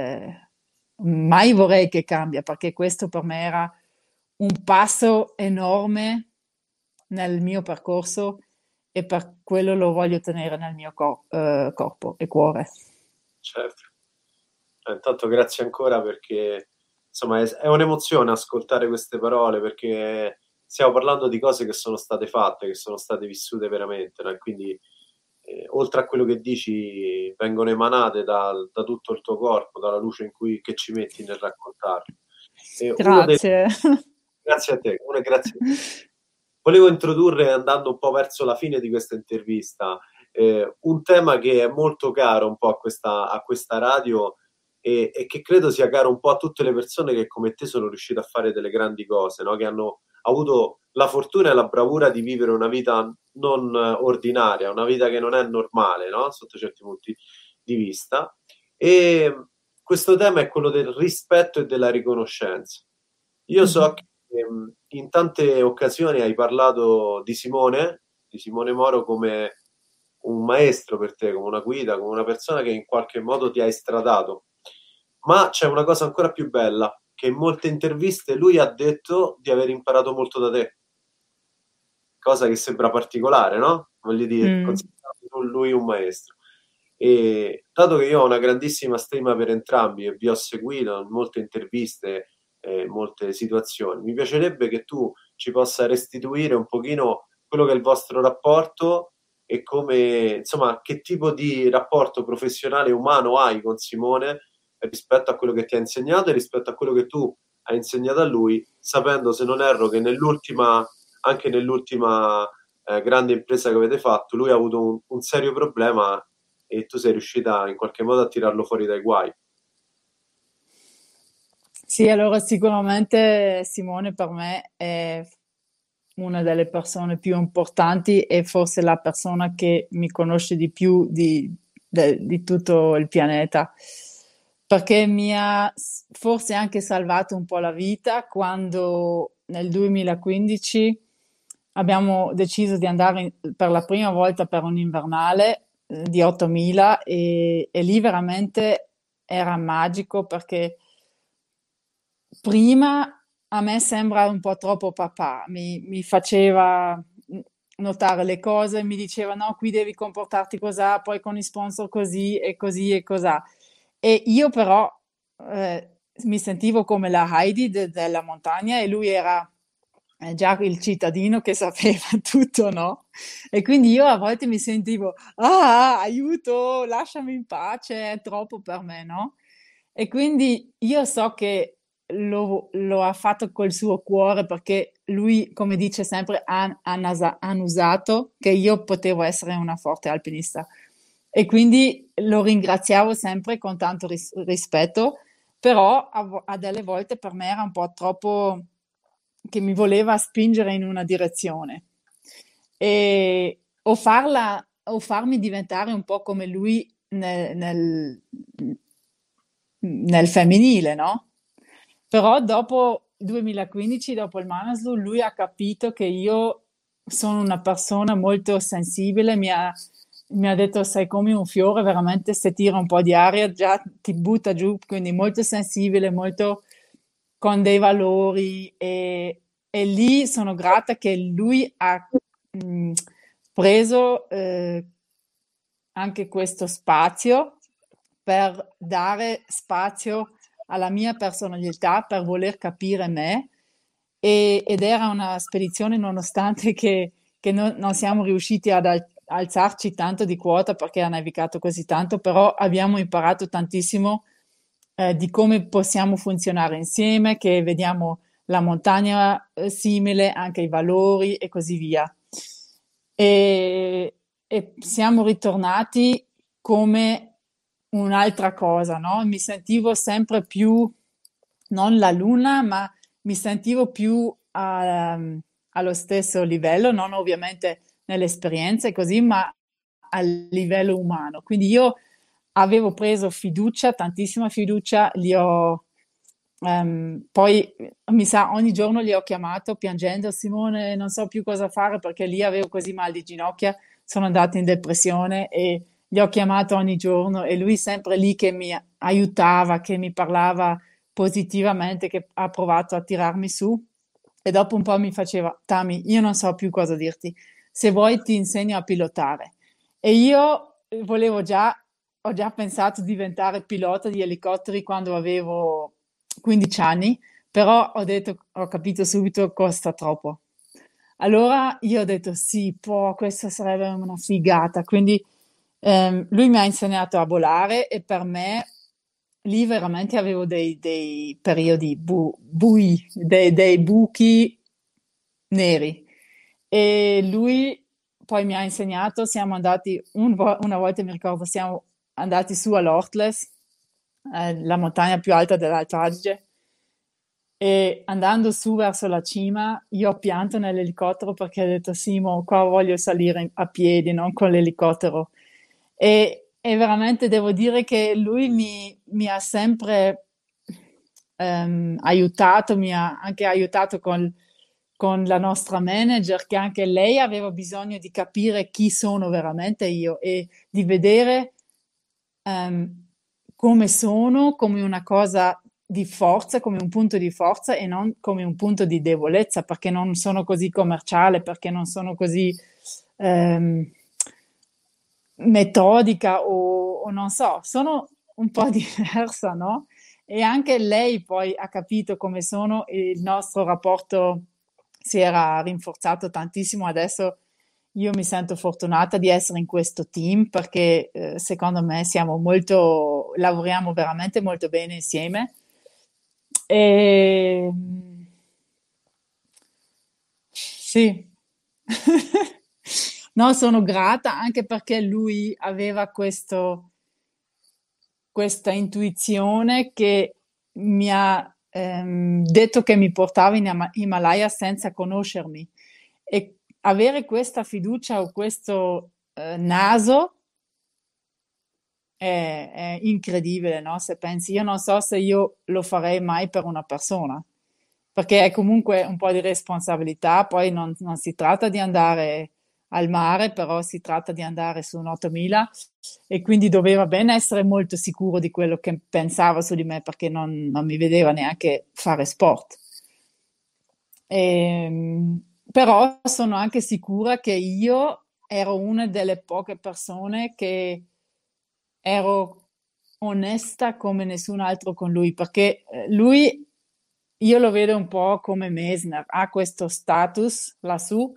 mai vorrei che cambia, perché questo per me era un passo enorme nel mio percorso e per quello lo voglio tenere nel mio corpo e cuore. Certo. Intanto grazie ancora perché insomma è un'emozione ascoltare queste parole perché stiamo parlando di cose che sono state fatte, che sono state vissute veramente, no? E quindi oltre a quello che dici vengono emanate da tutto il tuo corpo, dalla luce che ci metti nel raccontarlo. Grazie. Grazie a te, grazie a te. Volevo introdurre, andando un po' verso la fine di questa intervista, un tema che è molto caro un po' a questa radio e che credo sia caro un po' a tutte le persone che come te sono riuscite a fare delle grandi cose, no? Che hanno avuto la fortuna e la bravura di vivere una vita non ordinaria, una vita che non è normale, no? Sotto certi punti di vista. E questo tema è quello del rispetto e della riconoscenza. Io so che in tante occasioni hai parlato di Simone Moro come un maestro per te, come una guida, come una persona che in qualche modo ti ha istradato. Ma c'è una cosa ancora più bella, che in molte interviste lui ha detto di aver imparato molto da te. Cosa che sembra particolare, no? Voglio dire, considerando lui un maestro. E dato che io ho una grandissima stima per entrambi e vi ho seguito in molte interviste, molte situazioni, mi piacerebbe che tu ci possa restituire un pochino quello che è il vostro rapporto e come, insomma, che tipo di rapporto professionale e umano hai con Simone rispetto a quello che ti ha insegnato e rispetto a quello che tu hai insegnato a lui, sapendo, se non erro, che anche nell'ultima grande impresa che avete fatto, lui ha avuto un serio problema e tu sei riuscita in qualche modo a tirarlo fuori dai guai. Sì, allora sicuramente Simone per me è una delle persone più importanti e forse la persona che mi conosce di più di tutto il pianeta, perché mi ha forse anche salvato un po' la vita quando nel 2015 abbiamo deciso di andare per la prima volta per un invernale di 8.000 e lì veramente era magico perché prima a me sembra un po' troppo papà, mi faceva notare le cose, mi diceva no, qui devi comportarti così, poi con i sponsor così e così e cosà. E io però mi sentivo come la Heidi della montagna e lui era già il cittadino che sapeva tutto, no? E quindi io a volte mi sentivo, aiuto, lasciami in pace, è troppo per me, no? E quindi io so che lo ha fatto col suo cuore perché lui, come dice sempre, ha annusato che io potevo essere una forte alpinista. E quindi lo ringraziavo sempre con tanto rispetto, però a delle volte per me era un po' troppo che mi voleva spingere in una direzione o farmi diventare un po' come lui nel femminile, no? Però dopo 2015, dopo il Manaslu, lui ha capito che io sono una persona molto sensibile, mi ha detto sei come un fiore, veramente se tira un po' di aria già ti butta giù, quindi molto sensibile, molto con dei valori e e lì sono grata che lui ha preso anche questo spazio per dare spazio alla mia personalità, per voler capire me. Ed era una spedizione nonostante che non siamo riusciti ad alzarci tanto di quota perché ha nevicato così tanto, però abbiamo imparato tantissimo di come possiamo funzionare insieme, che vediamo la montagna simile, anche i valori e così via. E siamo ritornati come un'altra cosa, no? Mi sentivo sempre più, non la luna, ma mi sentivo più allo stesso livello, non ovviamente nell'esperienza e così, ma a livello umano. Quindi io avevo preso fiducia, tantissima fiducia, poi mi sa, ogni giorno li ho chiamato piangendo: Simone, non so più cosa fare perché lì avevo così mal di ginocchia, sono andata in depressione e gli ho chiamato ogni giorno e lui sempre lì che mi aiutava, che mi parlava positivamente, che ha provato a tirarmi su e dopo un po' mi faceva: Tami, io non so più cosa dirti, se vuoi ti insegno a pilotare. E io ho già pensato di diventare pilota di elicotteri quando avevo 15 anni, però ho capito subito costa troppo. Allora io ho detto sì, questa sarebbe una figata. Quindi lui mi ha insegnato a volare e per me lì veramente avevo dei periodi bui, dei buchi neri. E lui poi mi ha insegnato, siamo andati una volta, mi ricordo, siamo andati su all'Ortles, la montagna più alta dell'Alto Adige, e andando su verso la cima io ho pianto nell'elicottero perché ho detto Simo, qua voglio salire a piedi, non con l'elicottero. E veramente devo dire che lui mi ha sempre aiutato, mi ha anche aiutato con la nostra manager, che anche lei aveva bisogno di capire chi sono veramente io e di vedere come sono, come una cosa di forza, come un punto di forza e non come un punto di debolezza, perché non sono così commerciale, perché non sono così metodica o non so, sono un po' diversa, no? E anche lei poi ha capito come sono e il nostro rapporto si era rinforzato tantissimo. Adesso io mi sento fortunata di essere in questo team perché secondo me lavoriamo veramente molto bene insieme. E sì, no, sono grata anche perché lui aveva questa intuizione che mi ha detto che mi portava in Himalaya senza conoscermi e avere questa fiducia o questo naso è incredibile, no? Se pensi, io non so se io lo farei mai per una persona, perché è comunque un po' di responsabilità, poi non si tratta di andare al mare, però si tratta di andare su un 8000 e quindi doveva ben essere molto sicuro di quello che pensava su di me perché non mi vedeva neanche fare sport. Però sono anche sicura che io ero una delle poche persone che ero onesta come nessun altro con lui, perché lui, io lo vedo un po' come Mesner, ha questo status lassù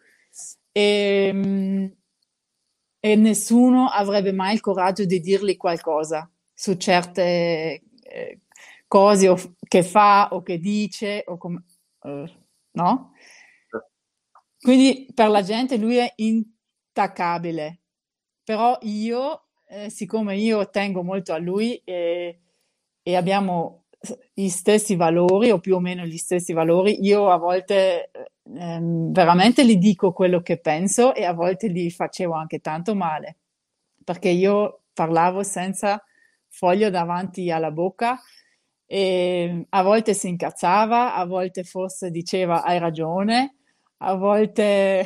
e, e nessuno avrebbe mai il coraggio di dirgli qualcosa su certe cose che fa o che dice, no? Quindi per la gente lui è intaccabile, però io, siccome io tengo molto a lui e abbiamo gli stessi valori o più o meno gli stessi valori, io a volte veramente gli dico quello che penso e a volte gli facevo anche tanto male, perché io parlavo senza foglio davanti alla bocca e a volte si incazzava, a volte forse diceva hai ragione, a volte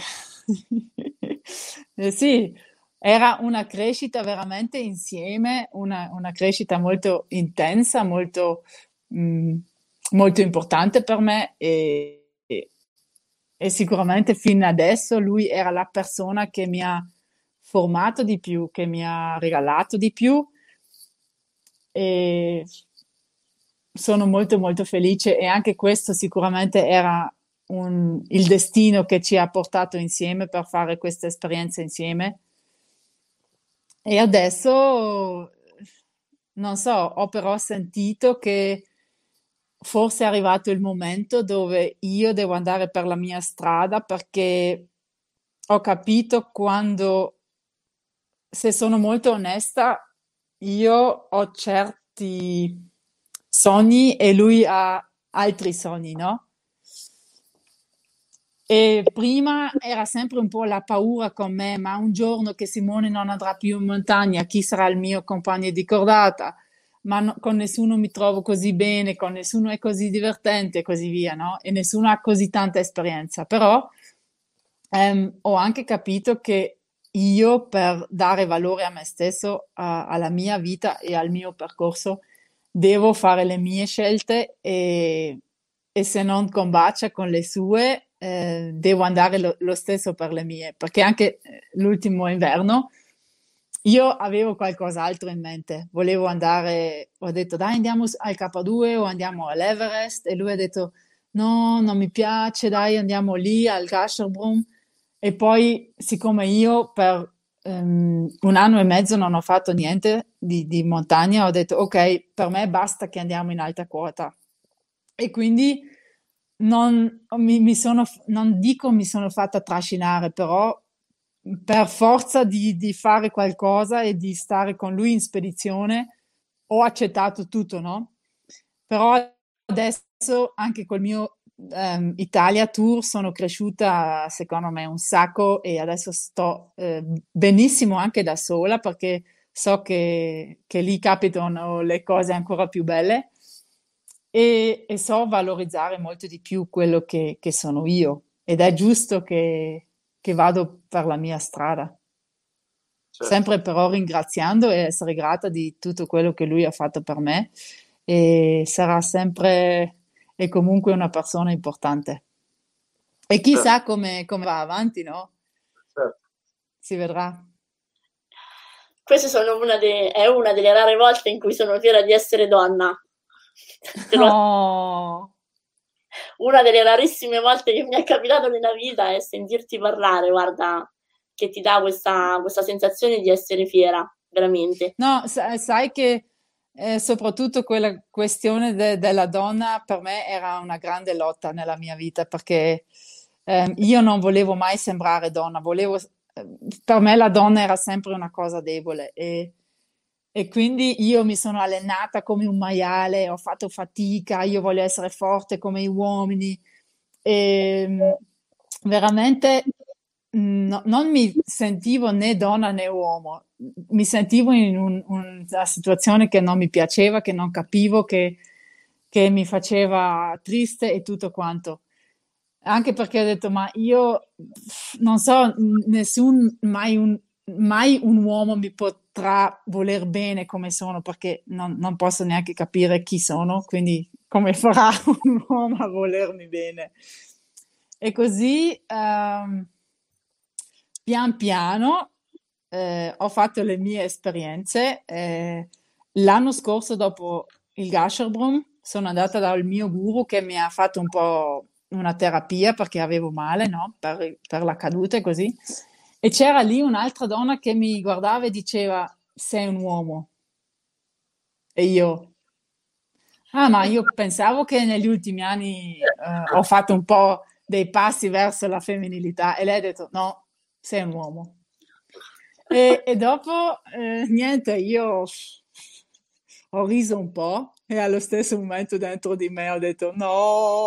sì, era una crescita veramente insieme, una crescita molto intensa, molto, molto importante per me e sicuramente fino adesso lui era la persona che mi ha formato di più, che mi ha regalato di più e sono molto molto felice e anche questo sicuramente era il destino che ci ha portato insieme per fare questa esperienza insieme. E adesso, non so, ho però sentito che forse è arrivato il momento dove io devo andare per la mia strada perché ho capito quando, se sono molto onesta, io ho certi sogni e lui ha altri sogni, no? E prima era sempre un po' la paura con me, ma un giorno che Simone non andrà più in montagna, chi sarà il mio compagno di cordata? Ma con nessuno mi trovo così bene, con nessuno è così divertente e così via, no? E nessuno ha così tanta esperienza. Però ho anche capito che io per dare valore a me stesso, alla mia vita e al mio percorso, devo fare le mie scelte e se non combacia con le sue, devo andare lo stesso per le mie, perché anche l'ultimo inverno io avevo qualcos'altro in mente, volevo andare, ho detto dai andiamo al K2 o andiamo all'Everest e lui ha detto no, non mi piace, dai andiamo lì al Gasherbrum e poi siccome io per un anno e mezzo non ho fatto niente di montagna, ho detto ok, per me basta che andiamo in alta quota. E quindi non dico mi sono fatta trascinare, però per forza di fare qualcosa e di stare con lui in spedizione ho accettato tutto, no? Però adesso anche col mio Italia Tour sono cresciuta secondo me un sacco e adesso sto benissimo anche da sola perché so che lì capitano le cose ancora più belle e so valorizzare molto di più quello che sono io ed è giusto che vado per la mia strada. Certo. Sempre però ringraziando e essere grata di tutto quello che lui ha fatto per me e sarà sempre e comunque una persona importante. E chissà come va avanti, no? Certo. Si vedrà. Queste sono è una delle rare volte in cui sono fiera di essere donna. No. Una delle rarissime volte che mi è capitato nella vita è sentirti parlare, guarda, che ti dà questa sensazione di essere fiera, veramente. No, sai che soprattutto quella questione della donna per me era una grande lotta nella mia vita perché io non volevo mai sembrare donna, per me la donna era sempre una cosa debole e quindi io mi sono allenata come un maiale, ho fatto fatica, io voglio essere forte come gli uomini e veramente non mi sentivo né donna né uomo, mi sentivo in una situazione che non mi piaceva, che non capivo, che mi faceva triste e tutto quanto. Anche perché ho detto, ma io non so, mai un uomo mi potrà voler bene come sono, perché non posso neanche capire chi sono, quindi come farà un uomo a volermi bene? E così, pian piano, ho fatto le mie esperienze. L'anno scorso, dopo il Gasherbrum, sono andata dal mio guru che mi ha fatto un po' una terapia perché avevo male, no? Per la caduta e così. E c'era lì un'altra donna che mi guardava e diceva: Sei un uomo. E io, ma io pensavo che negli ultimi anni ho fatto un po' dei passi verso la femminilità. E lei ha detto: No, sei un uomo. E dopo, niente, io ho riso un po' e allo stesso momento dentro di me ho detto no.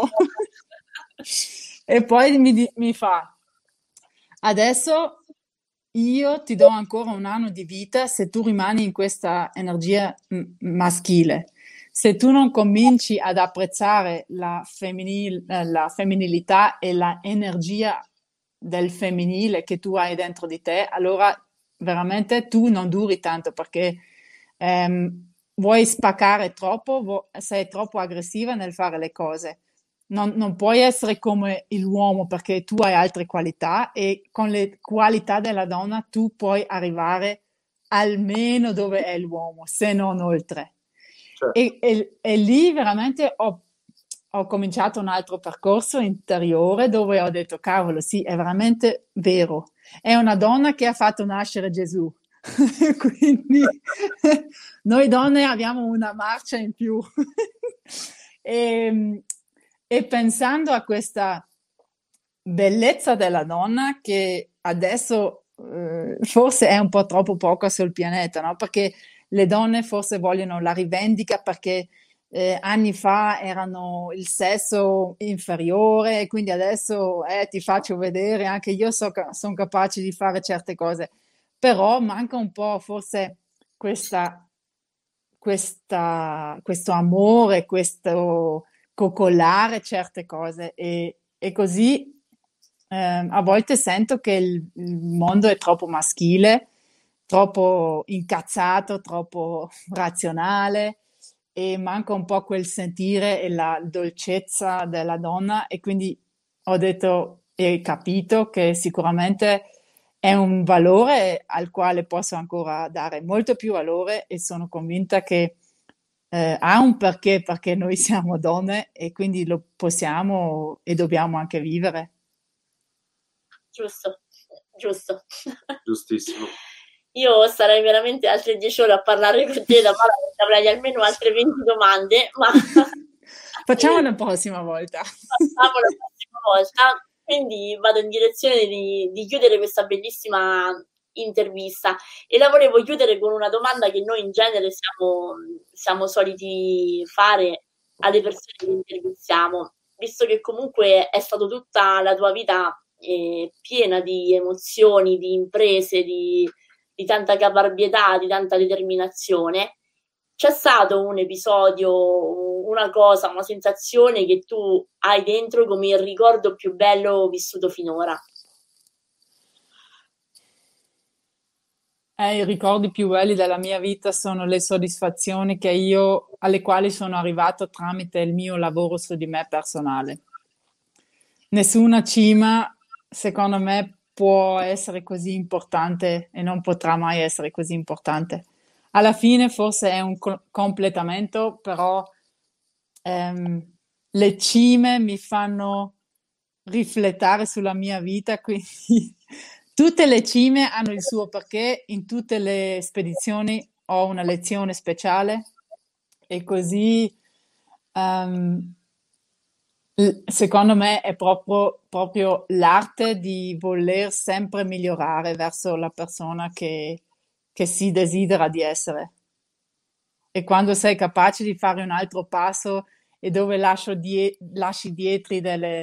E poi mi fa, adesso io ti do ancora un anno di vita se tu rimani in questa energia maschile. Se tu non cominci ad apprezzare la femminilità e la energia del femminile che tu hai dentro di te, allora veramente tu non duri tanto perché vuoi spaccare troppo, sei troppo aggressiva nel fare le cose non puoi essere come l'uomo perché tu hai altre qualità e con le qualità della donna tu puoi arrivare almeno dove è l'uomo, se non oltre. Certo. E lì veramente ho cominciato un altro percorso interiore dove ho detto, cavolo, sì, è veramente vero. È una donna che ha fatto nascere Gesù. Quindi noi donne abbiamo una marcia in più. E pensando a questa bellezza della donna che adesso forse è un po' troppo poco sul pianeta, no? Perché le donne forse vogliono la rivendica perché anni fa erano il sesso inferiore e quindi adesso ti faccio vedere, anche io sono capace di fare certe cose, però manca un po' forse questo amore, questo coccolare certe cose e così a volte sento che il mondo è troppo maschile, troppo incazzato, troppo razionale e manca un po' quel sentire e la dolcezza della donna e quindi ho detto e capito che sicuramente è un valore al quale posso ancora dare molto più valore e sono convinta che ha un perché noi siamo donne e quindi lo possiamo e dobbiamo anche vivere. Giusto, giusto. Giustissimo. Io starei veramente altre 10 ore a parlare con te, avrei almeno altre 20 domande, ma facciamo la prossima volta. Facciamo la prossima volta. Quindi vado in direzione di chiudere questa bellissima intervista e la volevo chiudere con una domanda che noi in genere siamo soliti fare alle persone che intervistiamo, visto che comunque è stata tutta la tua vita piena di emozioni, di imprese, di tanta caparbietà, di tanta determinazione. C'è stato un episodio, una cosa, una sensazione che tu hai dentro come il ricordo più bello vissuto finora? I ricordi più belli della mia vita sono le soddisfazioni alle quali sono arrivato tramite il mio lavoro su di me personale. Nessuna cima, secondo me, può essere così importante e non potrà mai essere così importante. Alla fine forse è un completamento, però le cime mi fanno riflettere sulla mia vita, quindi tutte le cime hanno il suo perché, in tutte le spedizioni ho una lezione speciale e così secondo me è proprio l'arte di voler sempre migliorare verso la persona che si desidera di essere. E quando sei capace di fare un altro passo e dove lasci dietro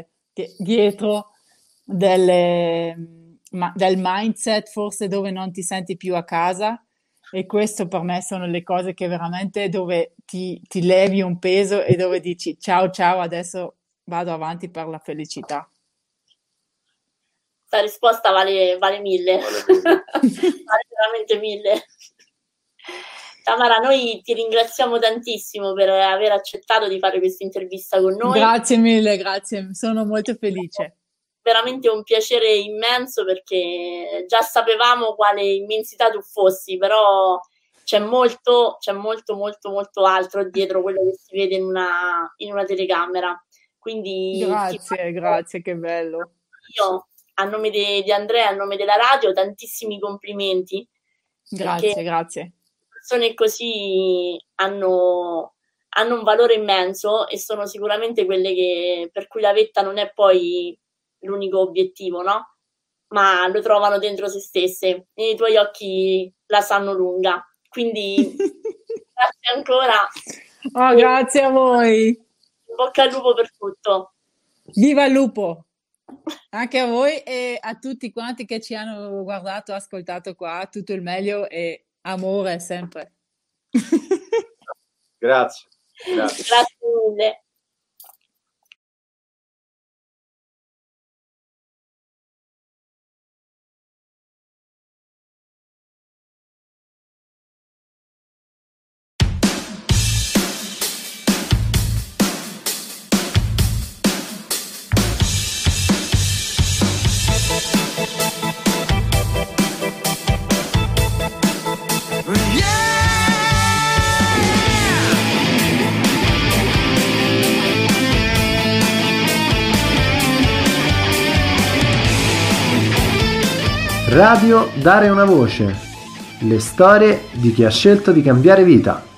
del mindset forse dove non ti senti più a casa e questo per me sono le cose che veramente dove ti levi un peso e dove dici ciao ciao adesso vado avanti per la felicità. Questa risposta vale 1000, vale veramente 1000. Tamara, noi ti ringraziamo tantissimo per aver accettato di fare questa intervista con noi. Grazie mille, grazie, sono molto felice. Veramente un piacere immenso perché già sapevamo quale immensità tu fossi, però c'è molto altro dietro quello che si vede in una telecamera. Quindi grazie, che bello. Io, a nome di Andrea, a nome della radio, tantissimi complimenti. Grazie. Persone così hanno un valore immenso e sono sicuramente quelle per cui la vetta non è poi l'unico obiettivo, no? Ma lo trovano dentro se stesse e i tuoi occhi la sanno lunga. Quindi grazie ancora. Grazie a voi. In bocca al lupo per tutto. Viva il lupo! Anche a voi e a tutti quanti che ci hanno guardato, ascoltato qua, tutto il meglio e amore sempre. Grazie. Grazie mille. Radio Dare una voce. Le storie di chi ha scelto di cambiare vita.